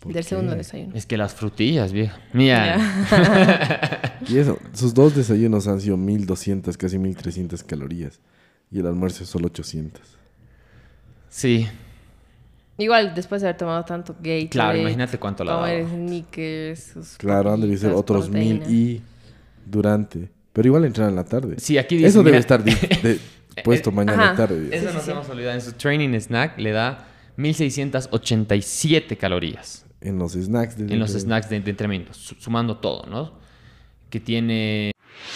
Del segundo desayuno. Es que las frutillas, vieja. Mira. Y eso, sus dos desayunos han sido 1200, casi 1300 calorías. Y el almuerzo es solo 800. Sí. Igual, después de haber tomado tanto Gatorade. Claro, imagínate cuánto la daba. Comer Snickers, sus Claro, han de ser otros 1000 y durante. Pero igual entran en la tarde. Sí, aquí dice... Eso debe mira, estar puesto mañana tarde. Eso nos hemos olvidado. En su training snack le da 1687 calorías. En los snacks. En los snacks de entrenamiento, sumando todo, ¿no? Que tiene...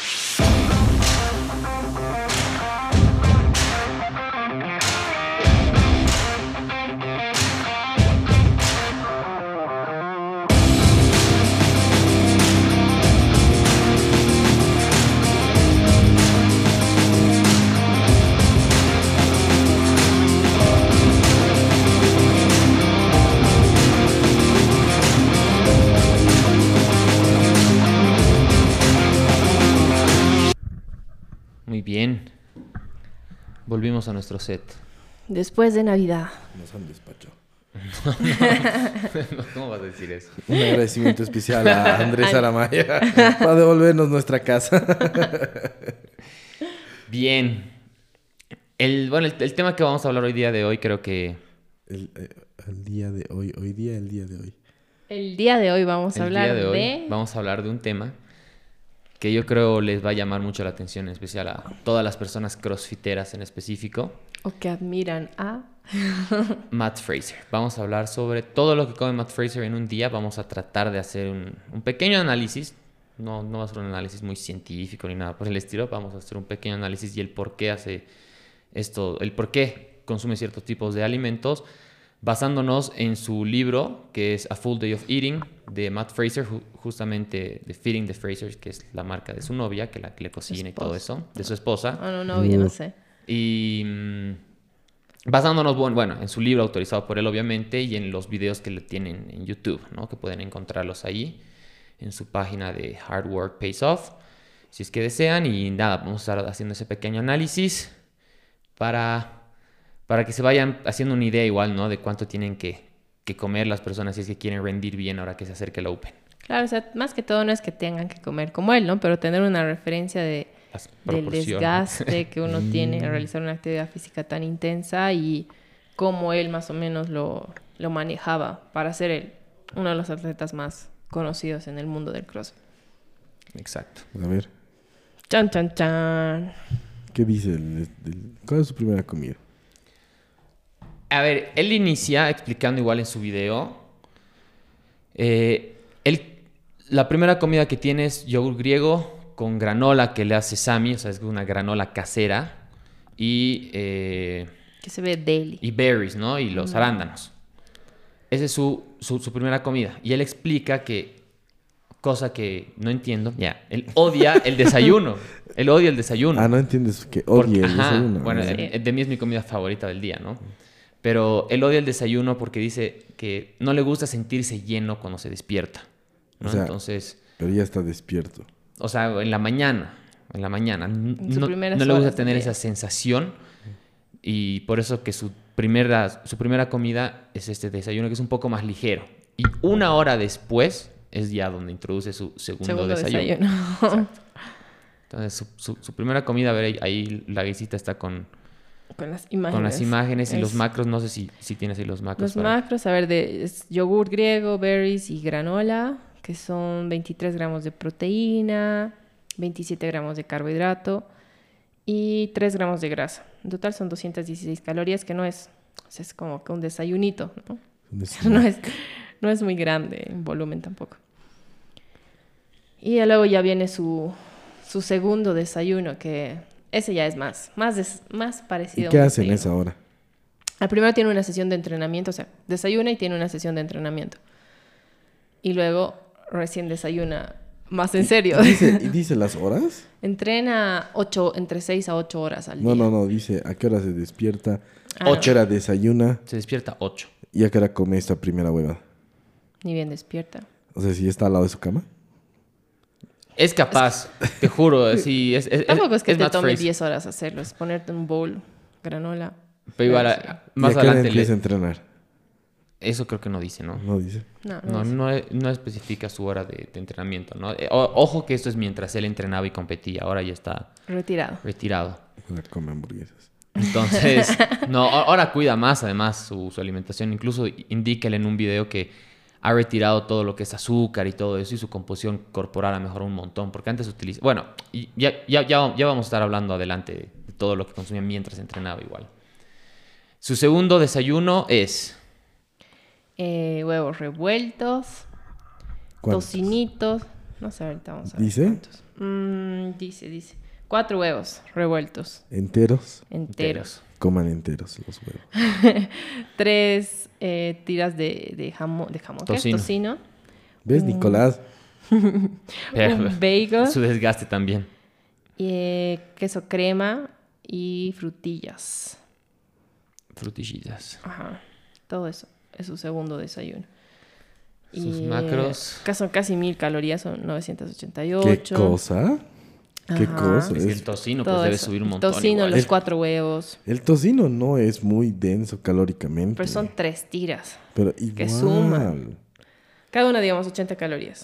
Muy bien. Volvimos a nuestro set. Después de Navidad. Nos han despachado. ¿Cómo vas a decir eso? Un agradecimiento especial a Andrés Aramaya para devolvernos nuestra casa. Bien. El tema que vamos a hablar hoy día de hoy creo que... El día de hoy. El día de hoy vamos a hablar Vamos a hablar de un tema que yo creo les va a llamar mucho la atención, en especial a todas las personas crossfiteras en específico. O que admiran a... Matt Fraser. Vamos a hablar sobre todo lo que come Matt Fraser en un día. Vamos a tratar de hacer un pequeño análisis. No va a ser un análisis muy científico ni nada por el estilo. Vamos a hacer un pequeño análisis y el por qué hace esto, el por qué consume ciertos tipos de alimentos, basándonos en su libro, que es A Full Day of Eating, de Matt Fraser, justamente de Feeding the Frasers, que es la marca de su novia, que le cocina y todo eso, de su esposa. No, novia, no sé. Y basándonos, bueno, en su libro autorizado por él, obviamente, y en los videos que le tienen en YouTube, ¿no? Que pueden encontrarlos ahí, en su página de Hard Work Pays Off, si es que desean. Y nada, vamos a estar haciendo ese pequeño análisis para que se vayan haciendo una idea igual, ¿no? De cuánto tienen que comer las personas si es que quieren rendir bien ahora que se acerque la Open. Claro, o sea, más que todo no es que tengan que comer como él, ¿no? Pero tener una referencia del desgaste que uno tiene al realizar una actividad física tan intensa y cómo él más o menos lo manejaba para ser uno de los atletas más conocidos en el mundo del CrossFit. Exacto. A ver. Chan, chan, chan. ¿Qué dice? ¿Cuál es su primera comida? A ver, él inicia explicando igual en su video. La primera comida que tiene es yogur griego con granola que le hace Sammy, o sea, es una granola casera. Y... que se ve deli. Y berries, ¿no? Y los arándanos. Esa es su primera comida. Y él explica que, cosa que no entiendo, él odia el desayuno. Él odia el desayuno. No entiendes que odia el desayuno. Bueno, Sí. de mí es mi comida favorita del día, ¿no? Pero él odia el desayuno porque dice que no le gusta sentirse lleno cuando se despierta, ¿no? O sea, entonces... Pero ya está despierto. O sea, en la mañana. No le gusta tener esa sensación. Y por eso que su primera comida es este desayuno, que es un poco más ligero. Y una hora después es ya donde introduce su segundo desayuno. Entonces, su primera comida, a ver, ahí la guisita está con las imágenes y los macros. No sé si tienes ahí los macros. Macros, a ver, es yogur griego, berries y granola, que son 23 gramos de proteína, 27 gramos de carbohidrato y 3 gramos de grasa. En total son 216 calorías, que no es... O sea, es como que un desayunito, ¿no? No es muy grande en volumen tampoco. Y luego ya viene su segundo desayuno, que ese ya es más parecido. ¿Y qué hacen en esa hora? Al primero tiene una sesión de entrenamiento, o sea, desayuna y tiene una sesión de entrenamiento. Y luego recién desayuna más en serio. ¿Y dice las horas? Entrena entre 6 a 8 horas al día. No, dice a qué hora se despierta, a qué hora desayuna. Se despierta 8. ¿Y a qué hora come esta primera huevada? Ni bien despierta. O sea, si está al lado de su cama. Es capaz, te juro. Sí, tampoco es que te Matt tome Fraser. 10 horas hacerlo. Es ponerte un bowl, granola. Pero igual, ¿Y más a qué hora adelante... empieza a entrenar? Eso creo que no dice, ¿no? No dice. No especifica su hora de entrenamiento, ¿no? Ojo que esto es mientras él entrenaba y competía. Ahora ya está retirado. Ahora come hamburguesas. Entonces, no, ahora cuida más además su alimentación. Incluso indícale en un video que ha retirado todo lo que es azúcar y todo eso y su composición corporal ha mejorado un montón. Porque antes utilizaba... Bueno, ya vamos a estar hablando adelante de todo lo que consumía mientras entrenaba igual. Su segundo desayuno es... huevos revueltos, ¿Cuántos? tocinitos. No sé, ahorita vamos a ver. ¿Dice? ¿Cuántos? Dice. 4 huevos revueltos. ¿Enteros? Enteros. Coman enteros los huevos. 3 tiras de jamón. ¿Qué es? Tocino. Tocino. ¿Ves, Nicolás? Un bagel. Su desgaste también. Queso crema y frutillas. Frutillas. Ajá. Todo eso es su segundo desayuno. Sus macros. Son casi 1000 calorías, son 988. ¿Qué cosa? ¿Qué Ajá. cosa? Es que el tocino Todo pues debe eso. subir un montón. Tocino, igual. los 4 huevos. El tocino no es muy denso calóricamente. Pero son 3 tiras. Pero que igual. suman. Cada una, digamos, 80 calorías.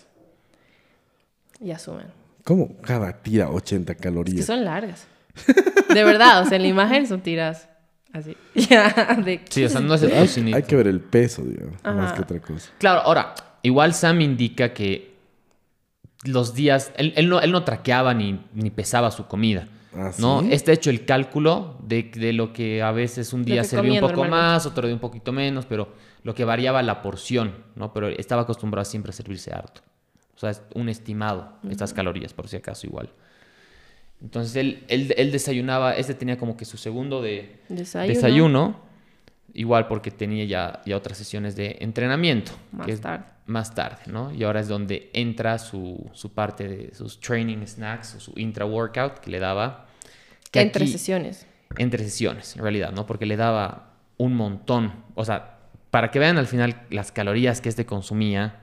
Ya suman. ¿Cómo? Cada tira 80 Es que calorías. son largas. De verdad, o sea, en la imagen son tiras así. Ya, Sí, o sea, no es el tocinito. Hay que ver el peso, digamos, Ajá. más que otra cosa. Claro, ahora, igual Sam indica que los días... Él no traqueaba ni pesaba su comida. ¿Ah, ¿No? sí? Está hecho el cálculo de lo que a veces un día que servía un comía poco normalmente. más, otro día un poquito menos, pero lo que variaba la porción, ¿no? Pero estaba acostumbrado siempre a servirse harto. O sea, es un estimado, estas calorías, por si acaso igual. Entonces él desayunaba, tenía como que su segundo desayuno, igual porque tenía ya otras sesiones de entrenamiento. Más tarde, ¿no? Y ahora es donde entra su parte de sus training snacks o su intra-workout que le daba. Entre sesiones. Entre sesiones, en realidad, ¿no? Porque le daba un montón. O sea, para que vean al final las calorías que consumía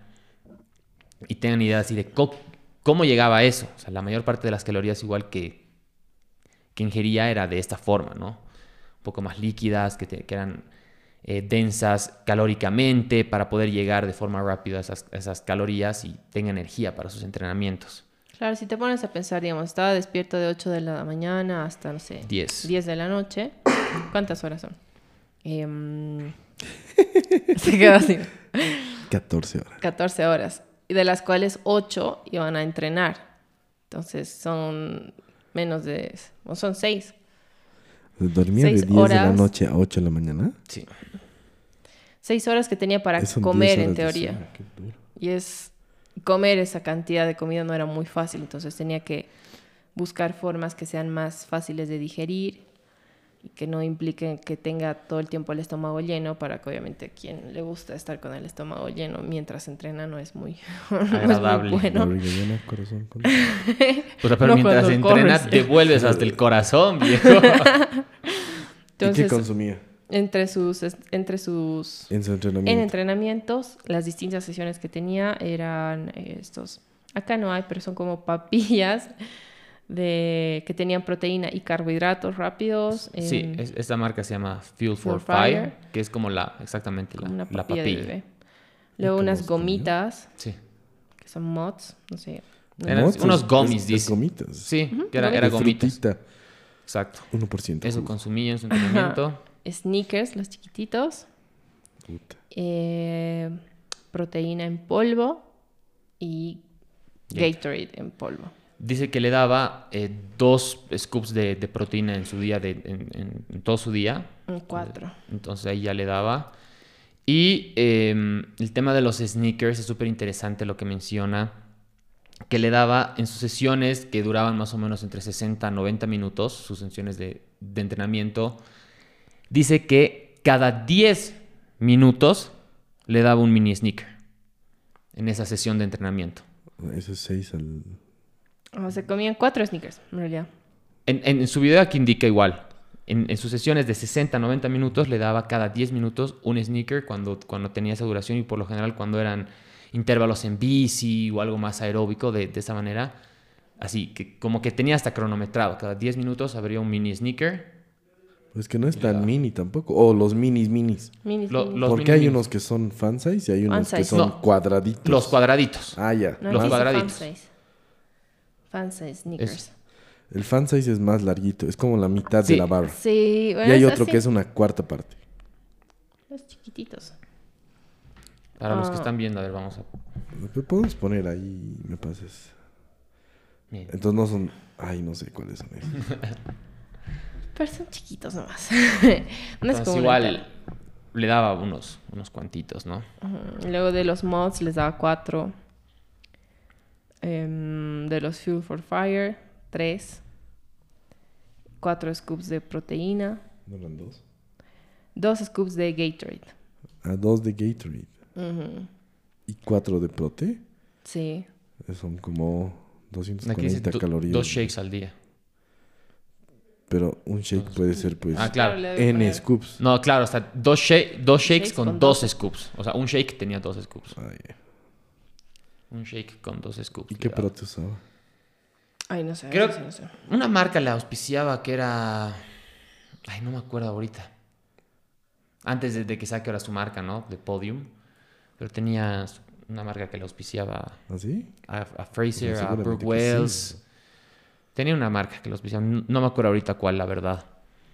y tengan idea así de cómo llegaba a eso. O sea, la mayor parte de las calorías igual que ingería era de esta forma, ¿no? Un poco más líquidas, que eran densas calóricamente para poder llegar de forma rápida a esas calorías y tenga energía para sus entrenamientos. Claro, si te pones a pensar, digamos, estaba despierto de 8 de la mañana hasta, no sé, 10 de la noche. ¿Cuántas horas son? Se quedó así. 14 horas. 14 horas. Y de las cuales 8 iban a entrenar. Entonces son menos de... o son 6. ¿Dormía de 6 10 de la horas. noche a 8 de la mañana? Sí. 6 horas que tenía para Son comer 10 en horas de teoría. sueño, qué duro. Y comer esa cantidad de comida no era muy fácil. Entonces tenía que buscar formas que sean más fáciles de digerir y que no impliquen que tenga todo el tiempo el estómago lleno, para que obviamente a quien le gusta estar con el estómago lleno mientras entrena no es muy, Agradable. no es muy bueno. Barriga llena, corazón con... O sea, pero No, mientras cuando entrenas corres. te vuelves hasta el corazón, viejo. ¿Y qué Entonces, consumía entre sus en su entrenamiento? en entrenamientos, las distintas sesiones que tenía eran estos. Acá no hay, pero son como papillas que tenían proteína y carbohidratos rápidos. Sí, esta marca se llama Fuel for For Fire, Fire, que es como exactamente como una la papilla de papilla. bebé. Luego ¿Y unas cómo se comía? gomitas, Sí. que son mods, no sé. Eran Mods, unos gummies, es dice. gomitas. Sí, que era De gomitas. frutita, Exacto. 1%. Eso jugo. consumía en su entrenamiento. Sneakers, los chiquititos. Puta. Proteína en polvo y Gatorade en polvo. Dice que le daba 2 scoops de proteína en su día, en todo su día. 4. Entonces ahí ya le daba. Y el tema de los sneakers es súper interesante lo que menciona. Que le daba en sus sesiones que duraban más o menos entre 60 a 90 minutos, sus sesiones de entrenamiento. Dice que cada 10 minutos le daba un mini sneaker en esa sesión de entrenamiento. Eso es 6 al... Se comían 4 sneakers, en realidad. En su video aquí indica igual. En sus sesiones de 60 a 90 minutos le daba cada 10 minutos un sneaker cuando tenía esa duración, y por lo general cuando eran intervalos en bici o algo más aeróbico de esa manera. Así que como que tenía hasta cronometrado. Cada 10 minutos habría un mini sneaker Pues que no es tan mini tampoco. O los minis. Minis, Lo- minis. los Porque mini hay minis. unos que son fan size y hay unos Fan que size. son No. cuadraditos. Los cuadraditos. Ah, ya. No, los dice cuadraditos. fan size. Fan size sneakers. El fan size es más larguito. Es como la mitad Sí. de la barra. Sí, Y bueno, hay es otro así. que es una cuarta parte. Los chiquititos. Para los que están viendo, a ver, vamos a... Pero podemos poner ahí, me pases. Miren. Entonces no son... Ay, no sé cuáles son esos. Pero son chiquitos nomás. No es Entonces, como igual le daba unos cuantitos, ¿no? Luego de los mods les daba 4. De los Fuel for Fire, 3. 4 scoops de proteína. ¿No eran dos? 2 scoops de Gatorade. Ah, 2 de Gatorade. Ujú. Y 4 de prote. Sí. Son como Aquí dice 240 calorías. 2 shakes al día. Pero un shake puede ser pues Ah, claro. le debe N poner- scoops. No, claro, hasta dos shakes Shakes con con 12 12. scoops. O sea, un shake tenía 12 scoops. Ay, Un shake con 12 scoops. ¿y qué le daba. prote usaba? Ay, no sé. Creo eso sí, no sé. una marca le auspiciaba que era... Ay, no me acuerdo ahorita. Antes de que saque ahora su marca, ¿no? De Podium. Pero tenía una marca que le auspiciaba ¿Así? a Fraser, Pues a seguramente Brooke que Wells. sí. Tenía una marca que le auspiciaba. No me acuerdo ahorita cuál, la verdad.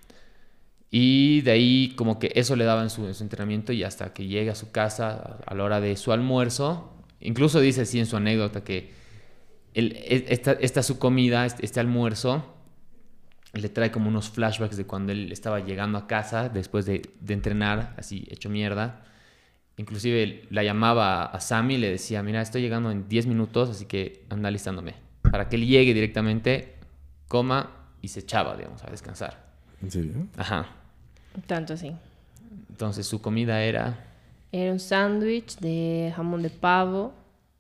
Y de ahí como que eso le daba en su entrenamiento y hasta que llegue a su casa a la hora de su almuerzo. Incluso dice así en su anécdota que esta su comida, este almuerzo, le trae como unos flashbacks de cuando él estaba llegando a casa después de entrenar, así hecho mierda. Inclusive la llamaba a Sammy y le decía, mira, estoy llegando en 10 minutos, así que anda listándome. Para que él llegue directamente, coma y se echaba, digamos, a descansar. ¿En serio? Ajá. Tanto así. Entonces su comida era... Era un sándwich de jamón de pavo.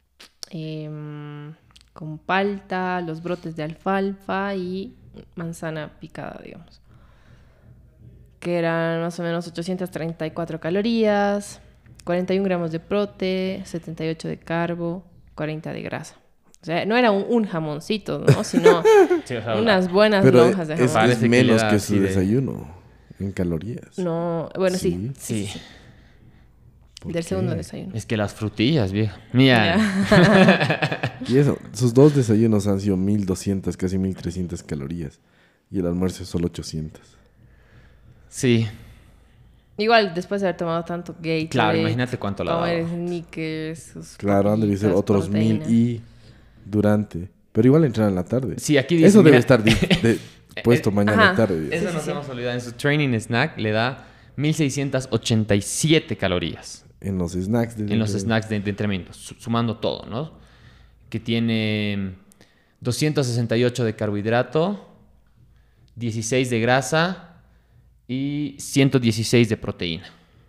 Con palta, los brotes de alfalfa y manzana picada, digamos. Que eran más o menos 834 calorías, 41 gramos de prote, 78 de carbo, 40 de grasa. O sea, no era un jamoncito, ¿no? Sino Sí, o sea, unas buenas Pero lonjas de jamón. Parece es que menos le da que así su de- desayuno en calorías. No, bueno, sí. Sí. Sí, ¿Por Del qué? segundo desayuno. es que las frutillas, viejo. Mira, Ya. Y eso, sus dos desayunos han sido 1200, casi 1300 calorías. Y el almuerzo es solo 800. sí, Igual, después de haber tomado tanto Gatorade, claro, imagínate cuánto la comer daba. sneakers, sus Claro, han de ser papitas, otros 1000 proteína. y durante. Pero igual entrenan en la tarde. Sí, aquí dice, Eso debe mira, estar puesto mañana Ajá. tarde. digamos. Eso no se nos olvida. En su training snack le da 1687 calorías. En los snacks. En los snacks de entrenamiento, sumando todo, ¿no? Que tiene 268 de carbohidrato, 16 de grasa y 116 de proteína.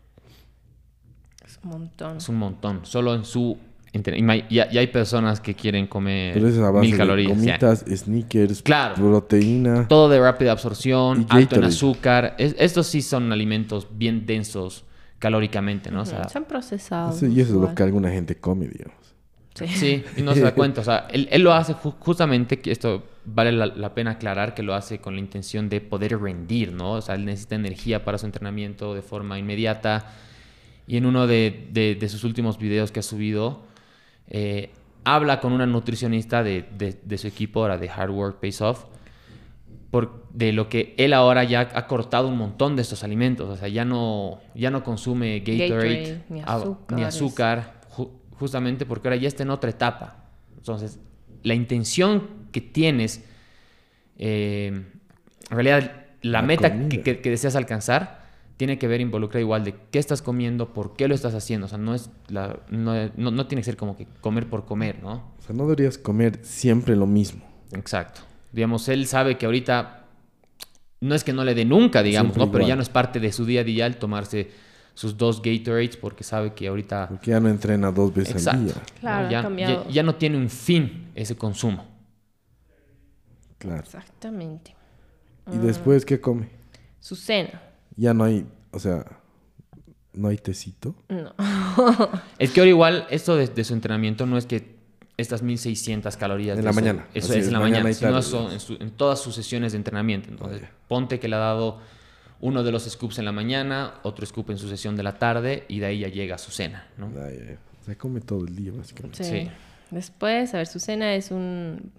Es un montón. Es un montón. Solo en su... Y hay personas que quieren comer Pero eso es a base 1000 calorías. de o sea, gomitas, sneakers, Claro. proteína. todo de rápida absorción, Y alto en Gatorade. azúcar. Estos sí son alimentos bien densos calóricamente, ¿no? O sea, Se han procesado. Y eso es lo igual. que alguna gente come, digamos. Sí. sí, y no se da cuenta. O sea, él lo hace justamente, que esto vale la pena aclarar, que lo hace con la intención de poder rendir, ¿no? O sea, él necesita energía para su entrenamiento de forma inmediata. Y en uno de sus últimos videos que ha subido, habla con una nutricionista de su equipo, ahora de Hard Work Pays Off, de lo que él ahora ya ha cortado un montón de estos alimentos. O sea, ya no consume Gatorade, Gatorade, ni azúcar, justamente porque ahora ya está en otra etapa. Entonces, la intención que tienes, en realidad, la meta comida. que deseas alcanzar, tiene que ver involucra igual de qué estás comiendo, por qué lo estás haciendo. O sea, no tiene que ser como que comer por comer, ¿no? O sea, no deberías comer siempre lo mismo. Exacto. Digamos, él sabe que ahorita no es que no le dé nunca, digamos, Siempre ¿no? Pero igual. ya no es parte de su día a día el tomarse sus 2 Gatorades porque sabe que ahorita... Porque ya no entrena 2 veces al Exacto. día. Claro, ¿no? ha Ya, cambiado. ya no tiene un fin ese consumo. Claro. Exactamente. ¿Y después qué come? Su cena. Ya no hay, o sea, no hay tecito. No. Es que ahora igual, esto de su entrenamiento no es que estas 1600 calorías... En de la eso- mañana. Eso Así es es, en la mañana mañana, y sino tarde, son en todas sus sesiones de entrenamiento. Entonces, ya. ponte que le ha dado uno de los scoops en la mañana, otro scoop en su sesión de la tarde y de ahí ya llega a su cena, ¿no? Se come todo el día, básicamente. Sí. Después, a ver, su cena es un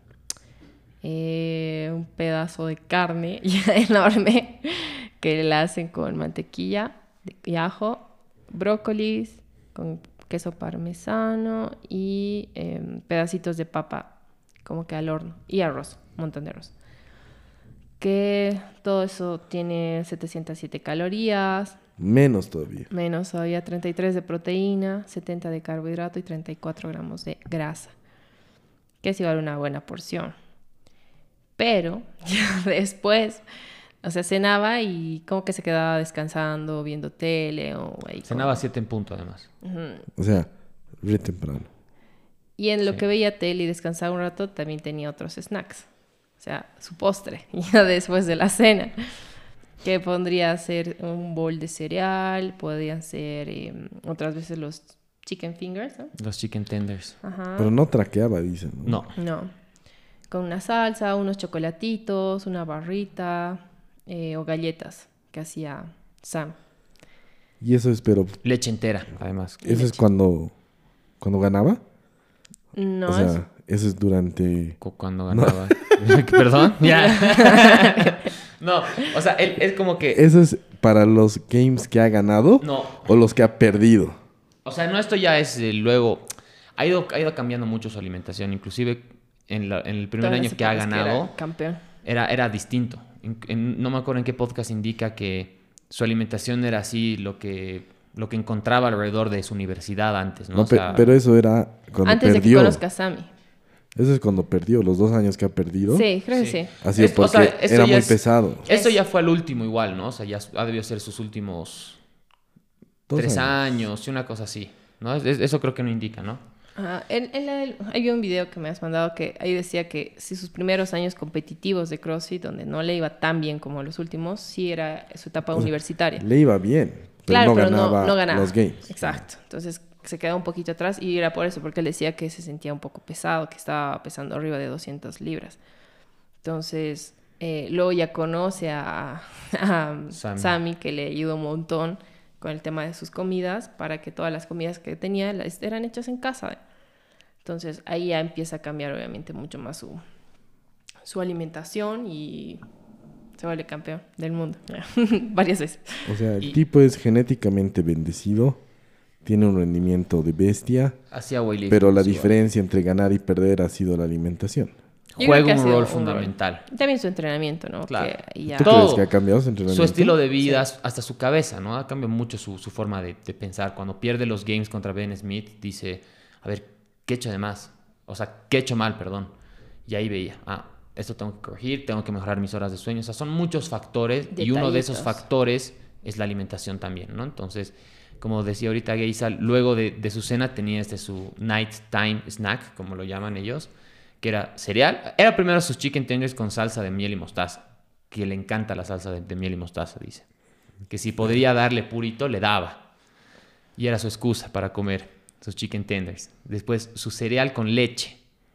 pedazo de carne ya enorme que la hacen con mantequilla y ajo, brócolis, con queso parmesano y pedacitos de papa como que al horno y arroz, un montón de arroz. Que todo eso tiene 707 calorías. Menos todavía. Menos todavía, 33 de proteína, 70 de carbohidrato y 34 gramos de grasa. Que es igual una buena porción. Pero ya después, o sea, cenaba y como que se quedaba descansando, viendo tele o ahí. Cenaba a 7 en punto, además. O sea, re temprano. Y en lo que veía tele y descansaba un rato, también tenía otros snacks. O sea, su postre, ya después de la cena. Que podría ser un bowl de cereal, podrían ser otras veces los chicken fingers, ¿no? Los chicken tenders. Ajá. Pero no traqueaba, dicen. No. No. Con una salsa, unos chocolatitos, una barrita o galletas que hacía Sam. Y eso es, pero... Leche entera, además. ¿Eso es cuando ganaba? No, O sea, eso es durante... Cuando ganaba. ¿Perdón? Ya. No, o sea, él es como que... ¿Eso es para los games que ha ganado? No. ¿O los que ha perdido? O sea, no, esto ya es luego... Ha ido cambiando mucho su alimentación. Inclusive en el primer todas año las que ha épocas ganado... era campeón. Era distinto. No me acuerdo en qué podcast indica que su alimentación era así lo que encontraba alrededor de su universidad antes, ¿no? No, O sea, pero eso era cuando Antes de que perdió. conozca a Sammy. Eso es cuando perdió, los 2 años que ha perdido. Sí, creo que sí. Ha sido porque esto era ya muy pesado. Eso ya fue al último igual, ¿no? O sea, ya ha debido ser sus últimos 3 años y una cosa así, ¿no? Eso creo que no indica, ¿no? Había un video que me has mandado que ahí decía que si sus primeros años competitivos de CrossFit, donde no le iba tan bien como los últimos, sí era su etapa universitaria. Le iba bien, pero Claro, no pero ganaba no ganaba los games. Exacto. Entonces se quedó un poquito atrás y era por eso, porque él decía que se sentía un poco pesado, que estaba pesando arriba de 200 libras. Entonces, luego ya conoce a Sammy, que le ayudó un montón con el tema de sus comidas, para que todas las comidas que tenía eran hechas en casa. Entonces, ahí ya empieza a cambiar, obviamente, mucho más su alimentación y se vuelve campeón del mundo varias veces. O sea, el tipo es genéticamente bendecido, tiene un rendimiento de bestia, Hacía weightlifting. pero la sí, diferencia entre ganar y perder ha sido la alimentación. Yo creo juega que ha un sido rol fundamental. Y también su entrenamiento, ¿no? Claro. Que ahí ya... ¿Tú Todo. crees que ha cambiado su entrenamiento? Su estilo de vida, hasta su cabeza, ¿no? Ha cambiado mucho su forma de pensar. Cuando pierde los games contra Ben Smith, dice, a ver, ¿qué he hecho de más? O sea, ¿qué he hecho mal, perdón? Y ahí veía, esto tengo que corregir, tengo que mejorar mis horas de sueño. O sea, son muchos factores y uno de esos Detallitos. factores es la alimentación también, ¿no? Entonces, como decía ahorita Geisa, luego de su cena tenía su nighttime snack, como lo llaman ellos, que era cereal. Era primero sus chicken tenders con salsa de miel y mostaza, que le encanta la salsa de miel y mostaza, dice. Que si podría darle purito, le daba. Y era su excusa para comer sus chicken tenders. Después, su cereal con leche.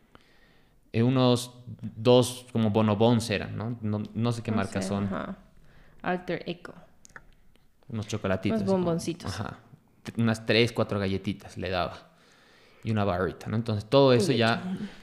Unos 2 como bonobons eran, ¿no? No sé qué marcas sé, son. Ajá. Alter Eco. Unos chocolatitos. Unos bomboncitos. Ajá. Unas 3, 4 galletitas le daba. Y una barrita, ¿no? Entonces, todo eso ya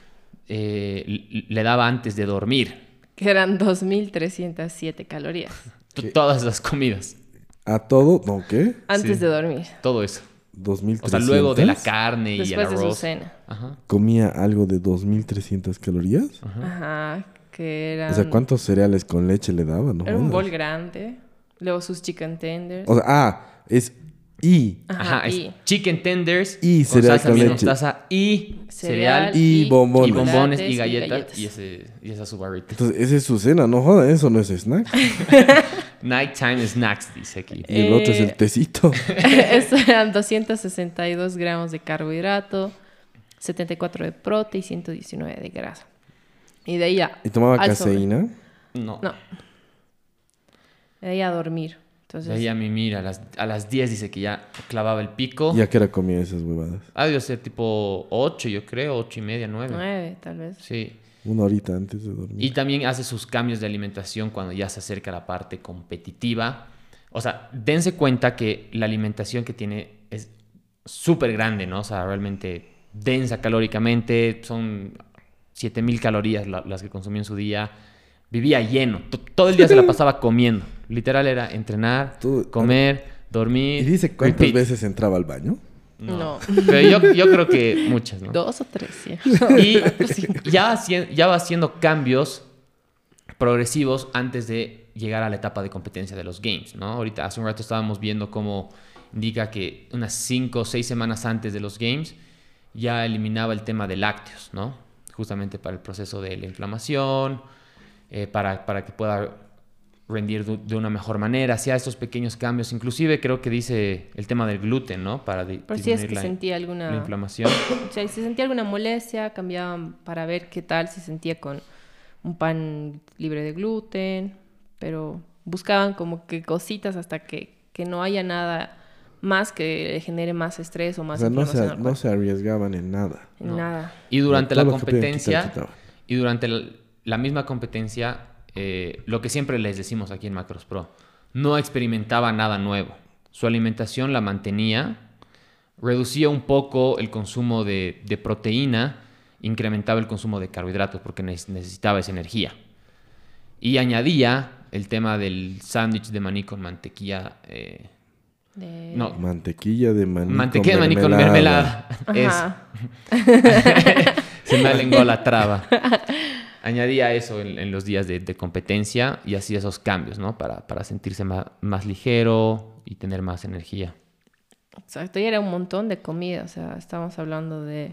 le daba antes de dormir. Que eran 2.307 calorías. Todas las comidas. ¿A todo? ¿No qué? Antes Sí. de dormir. Todo eso. 2.300. O sea, luego de la carne y el Después de su arroz. cena. Ajá. ¿Comía algo de 2.300 calorías? Ajá. Que eran... O sea, ¿cuántos cereales con leche le daban? No Era un jodas. bol grande. Luego sus chicken tenders. O sea, es y Ajá, es y chicken tenders Y con cereal salsa con miel leche. mostaza y cereal y bombones. y bombones chocolates y galletas y esa su barrita. entonces esa es su cena, no joda, eso no es snack. Nighttime snacks, dice aquí. Y el otro es el tecito. Eso eran 262 gramos de carbohidrato, 74 de prote y 119 de grasa. Y de ahí a... ¿Y tomaba al sobre. caseína? No. No. De ahí a dormir. Entonces, De ahí a mimir, a las 10 dice que ya clavaba el pico. ¿Y a qué hora comía esas huevadas? Ha debido ser tipo 8, yo creo, 8 y media, 9. 9 tal vez. Sí. 1 horita antes de dormir. Y también hace sus cambios de alimentación cuando ya se acerca la parte competitiva. O sea, dense cuenta que la alimentación que tiene es súper grande, ¿no? O sea, realmente densa calóricamente, son 7,000 calorías las que consumía en su día. Vivía lleno, todo el día se la pasaba comiendo. Literal era entrenar, comer, dormir. ¿Y dice cuántas veces entraba al baño? No. Pero yo creo que muchas, ¿no? 2 o 3, sí. Y ya va haciendo cambios progresivos antes de llegar a la etapa de competencia de los games, ¿no? Ahorita, hace un rato estábamos viendo cómo indica que unas 5 o 6 semanas antes de los games ya eliminaba el tema de lácteos, ¿no? Justamente para el proceso de la inflamación, para que pueda rendir de una mejor manera, hacía estos pequeños cambios. Inclusive creo que dice el tema del gluten, ¿no? Para Por si es que sentía alguna... la inflamación. O sea, si sentía alguna molestia, cambiaban para ver qué tal se sentía con un pan libre de gluten, pero buscaban como que cositas hasta que no haya nada más que le genere más estrés o más inflamación al cuerpo. No se arriesgaban en nada. En nada. Y durante la Todo lo que podían competencia, quitar. y durante la misma competencia, lo que siempre les decimos aquí en Macros Pro, no experimentaba nada nuevo. Su alimentación la mantenía, reducía un poco el consumo de proteína, incrementaba el consumo de carbohidratos porque necesitaba esa energía. Y añadía el tema del sándwich de maní con mantequilla. Mantequilla de maní. Mantequilla de maní con mermelada. Se me alengó la traba. Añadía eso en los días de competencia y hacía esos cambios, ¿no? Para sentirse más ligero y tener más energía. Exacto, y era un montón de comida. O sea, estamos hablando de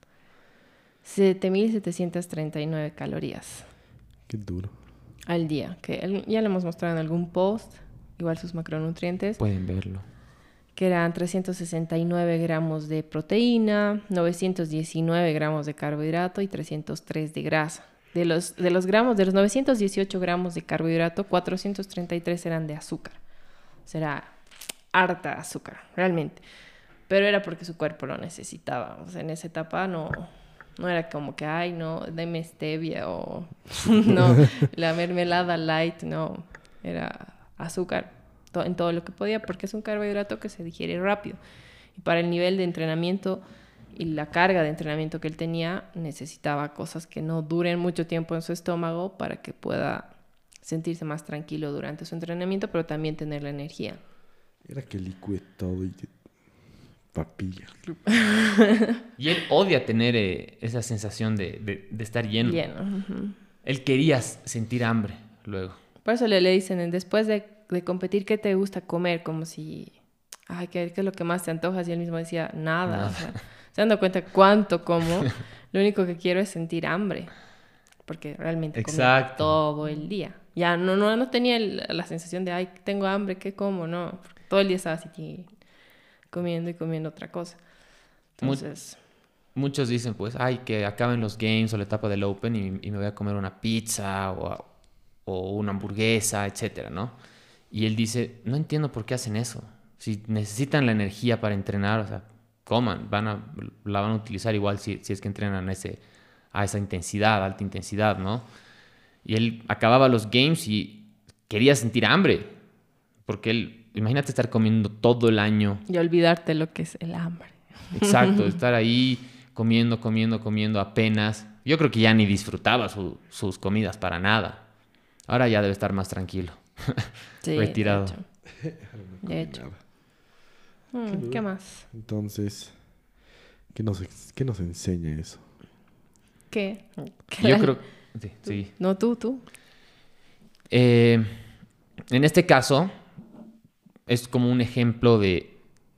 7,739 calorías. Qué duro. Al día, que ya lo hemos mostrado en algún post, igual sus macronutrientes. Pueden verlo. Que eran 369 gramos de proteína, 919 gramos de carbohidrato y 303 de grasa. De los 918 gramos de carbohidrato, 433 eran de azúcar. O sea, era harta azúcar, realmente. Pero era porque su cuerpo lo necesitaba. O sea, en esa etapa no era como que, ay, no, deme stevia o no, la mermelada light, no. Era azúcar en todo lo que podía porque es un carbohidrato que se digiere rápido. Y para el nivel de entrenamiento y la carga de entrenamiento que él tenía, necesitaba cosas que no duren mucho tiempo en su estómago para que pueda sentirse más tranquilo durante su entrenamiento, pero también tener la energía. Era que licue todo y papilla. Y él odia tener esa sensación de estar lleno. Uh-huh. Él quería sentir hambre luego. Por eso le dicen, después de competir, ¿qué te gusta comer? Como si, ay, ¿qué es lo que más te antojas? Y él mismo decía, nada. O sea, se dando cuenta cuánto como, lo único que quiero es sentir hambre. Porque realmente comía todo el día. Ya no tenía la sensación de, ay, tengo hambre, ¿qué como? No, porque todo el día estaba así comiendo y comiendo otra cosa. Entonces... Muchos dicen, pues, ay, que acaben los games o la etapa del Open y me voy a comer una pizza o una hamburguesa, etcétera, ¿no? Y él dice, no entiendo por qué hacen eso. Si necesitan la energía para entrenar, o sea, coman, la van a utilizar igual si es que entrenan a esa intensidad, alta intensidad, ¿no? Y él acababa los games y quería sentir hambre, porque él, imagínate estar comiendo todo el año. Y olvidarte lo que es el hambre. Exacto, estar ahí comiendo apenas. Yo creo que ya ni disfrutaba sus comidas para nada. Ahora ya debe estar más tranquilo. Sí, retirado. De hecho. ¿Qué más? Entonces, ¿qué nos enseña eso? ¿Qué? Yo creo... Sí. No, tú. En este caso, es como un ejemplo de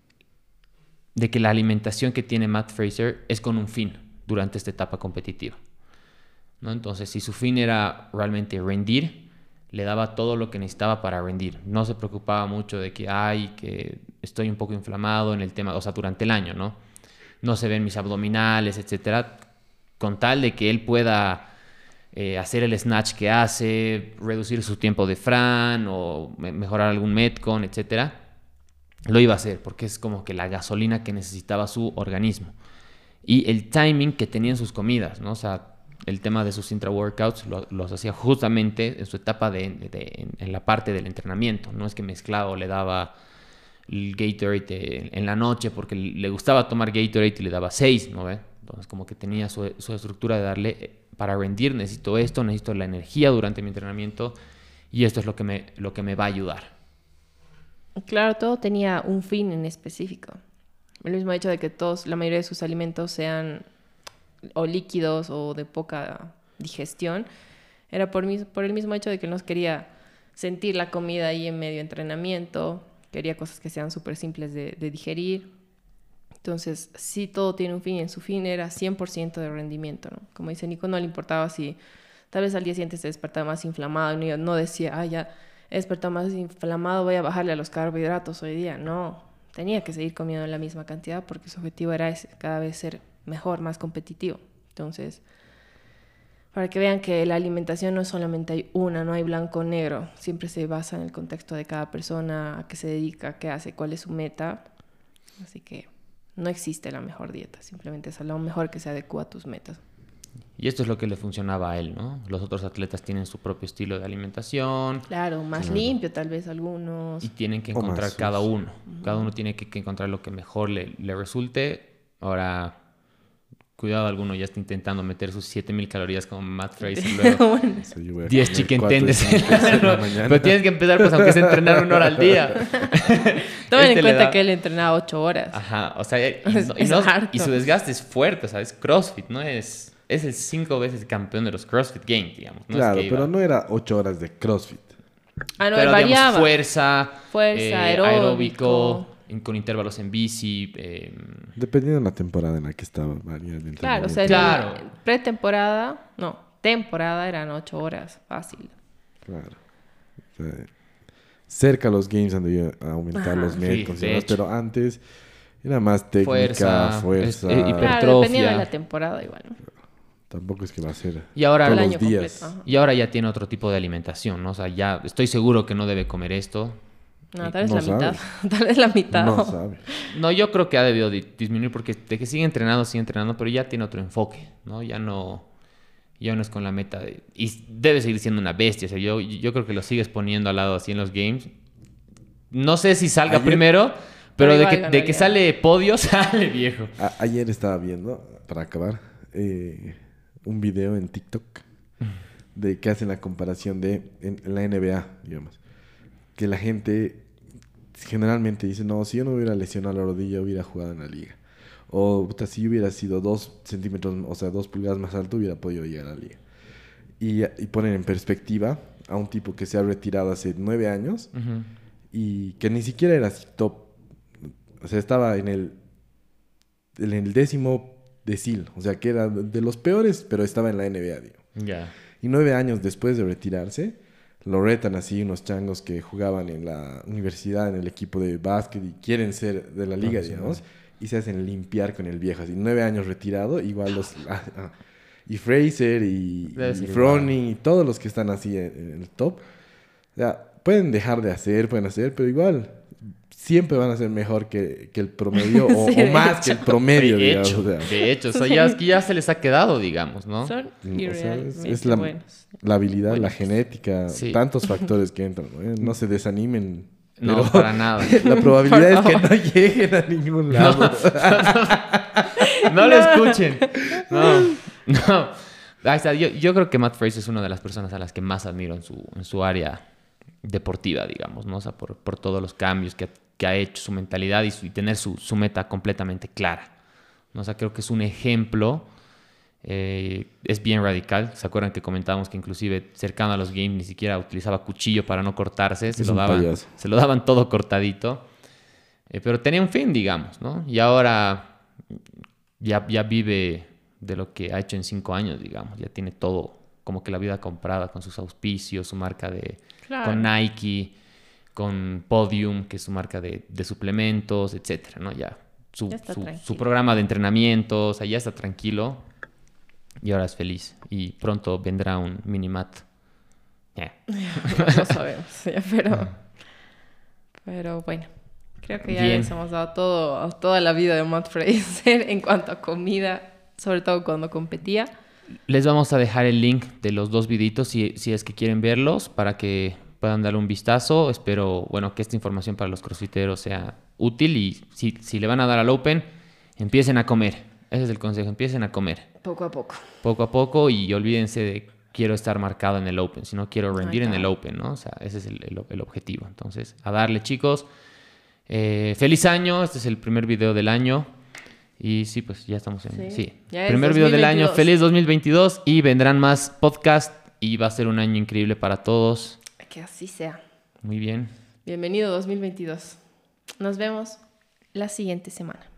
que la alimentación que tiene Matt Fraser es con un fin durante esta etapa competitiva, ¿no? Entonces, si su fin era realmente rendir, le daba todo lo que necesitaba para rendir. No se preocupaba mucho de que estoy un poco inflamado en el tema, o sea, durante el año, ¿no? No se ven mis abdominales, etcétera. Con tal de que él pueda hacer el snatch que hace, reducir su tiempo de Fran o mejorar algún Metcon, etcétera, lo iba a hacer porque es como que la gasolina que necesitaba su organismo. Y el timing que tenía en sus comidas, ¿no? O sea, el tema de sus intra-workouts los hacía justamente en su etapa en la parte del entrenamiento. No es que mezclaba o le daba el Gatorade en la noche porque le gustaba tomar Gatorade y le daba 6, ¿no ve? Entonces como que tenía su estructura de darle, para rendir necesito esto, necesito la energía durante mi entrenamiento y esto es lo que me va a ayudar. Claro, todo tenía un fin en específico. El mismo hecho de que la mayoría de sus alimentos sean o líquidos o de poca digestión, era por el mismo hecho de que no quería sentir la comida ahí en medio entrenamiento, quería cosas que sean súper simples de digerir. Entonces, sí, todo tiene un fin, y en su fin era 100% de rendimiento, ¿no? Como dice Nico, no le importaba si tal vez al día siguiente se despertaba más inflamado, y no decía, ya he despertado más inflamado, voy a bajarle a los carbohidratos hoy día. No, tenía que seguir comiendo la misma cantidad porque su objetivo era ese, cada vez ser mejor, más competitivo. Entonces, para que vean que la alimentación no es solamente hay una, no hay blanco o negro, siempre se basa en el contexto de cada persona, a qué se dedica, qué hace, cuál es su meta. Así que no existe la mejor dieta, simplemente es lo mejor que se adecua a tus metas. Y esto es lo que le funcionaba a él, ¿no? Los otros atletas tienen su propio estilo de alimentación. Claro, más limpio tal vez algunos. Y tienen que encontrar cada uno. Cada uno tiene que encontrar lo que mejor le resulte. Ahora, cuidado, alguno ya está intentando meter sus 7,000 calorías como Matt Fraser luego. 10 chicken tenders. Pero tienes que empezar, pues, aunque sea entrenar 1 hora al día. Tomen en cuenta que él entrenaba 8 horas. Ajá, o sea, y su desgaste es fuerte, ¿sabes? CrossFit, ¿no? Es el 5 veces campeón de los CrossFit Games, digamos. No claro, es que pero no era 8 horas de CrossFit. Ah, no, pero, variaba. Digamos, fuerza aeróbico. con intervalos en bici. Dependiendo de la temporada en la que estaba. Claro, o sea, pretemporada, no, temporada eran 8 horas, fácil. Claro. O sea, cerca a los games han debido aumentar los metros, sí, pero antes era más técnica, fuerza. Hipertrofia. Claro, dependía de la temporada igual, ¿no? Tampoco es que va a ser y ahora, todos el año los días. Completo, y ahora ya tiene otro tipo de alimentación, ¿no? O sea, ya estoy seguro que no debe comer esto. No, tal vez no la sabe. mitad. Tal vez la mitad. No sabe. No, yo creo que ha debido disminuir porque de que sigue entrenando, pero ya tiene otro enfoque, ¿no? Ya no es con la meta de... Y debe seguir siendo una bestia. O sea, yo creo que lo sigues poniendo al lado así en los games. No sé si salga primero, pero de que sale podio, sale viejo. Ayer estaba viendo, para acabar, un video en TikTok de que hacen la comparación en la NBA, digamos. Que la gente generalmente dice, no, si yo no hubiera lesionado la rodilla, hubiera jugado en la liga. O si yo hubiera sido 2 centímetros, o sea, 2 pulgadas más alto, hubiera podido llegar a la liga. Y ponen en perspectiva a un tipo que se ha retirado hace 9 años y que ni siquiera era así top. O sea, estaba en el 10º decil. O sea, que era de los peores, pero estaba en la NBA, digo. Ya. Y 9 años después de retirarse, lo retan así unos changos que jugaban en la universidad, en el equipo de básquet y quieren ser de la liga, digamos, y se hacen limpiar con el viejo. Así, 9 años retirado, igual los... y Fraser y Froning y todos los que están así en el top. O sea, pueden dejar de hacer, pero igual siempre van a ser mejor que el promedio o más que el promedio, digamos. De hecho, o sea, ya se les ha quedado, digamos, ¿no? Son irrealmente es la buenos. La habilidad, la genética, tantos factores que entran. No se desanimen. No, para nada. La probabilidad es que no lleguen a ningún lado. No lo escuchen. No. Ahí está. Yo creo que Matt Fraser es una de las personas a las que más admiro en su área deportiva, digamos, ¿no? O sea, por todos los cambios que ha hecho, su mentalidad y tener su meta completamente clara, ¿no? O sea, creo que es un ejemplo. Es bien radical. ¿Se acuerdan que comentábamos que inclusive cercano a los games ni siquiera utilizaba cuchillo para no cortarse? Se lo daban todo cortadito. Pero tenía un fin, digamos, ¿no? Y ahora ya vive de lo que ha hecho en 5 años, digamos. Ya tiene todo, como que la vida comprada con sus auspicios, su marca con Nike, con Podium, que es su marca de suplementos, etcétera, ¿no? Ya su programa de entrenamiento, o sea, ya está tranquilo. Y ahora es feliz. Y pronto vendrá un minimat. No sabemos, pero bueno. Creo que ya les hemos dado toda la vida de Matt Fraser en cuanto a comida, sobre todo cuando competía. Les vamos a dejar el link de los 2 videitos si es que quieren verlos para que puedan darle un vistazo. Espero, bueno, que esta información para los crossfiteros sea útil y si le van a dar al Open, empiecen a comer. Ese es el consejo, empiecen a comer. Poco a poco. Poco a poco y olvídense de quiero estar marcado en el Open, si no quiero rendir en el Open, ¿no? O sea, ese es el objetivo. Entonces, a darle, chicos. Feliz año, este es el primer video del año. Y sí, pues ya estamos en... Sí, primer video del año, feliz 2022 y vendrán más podcasts y va a ser un año increíble para todos. Que así sea. Muy bien. Bienvenido 2022. Nos vemos la siguiente semana.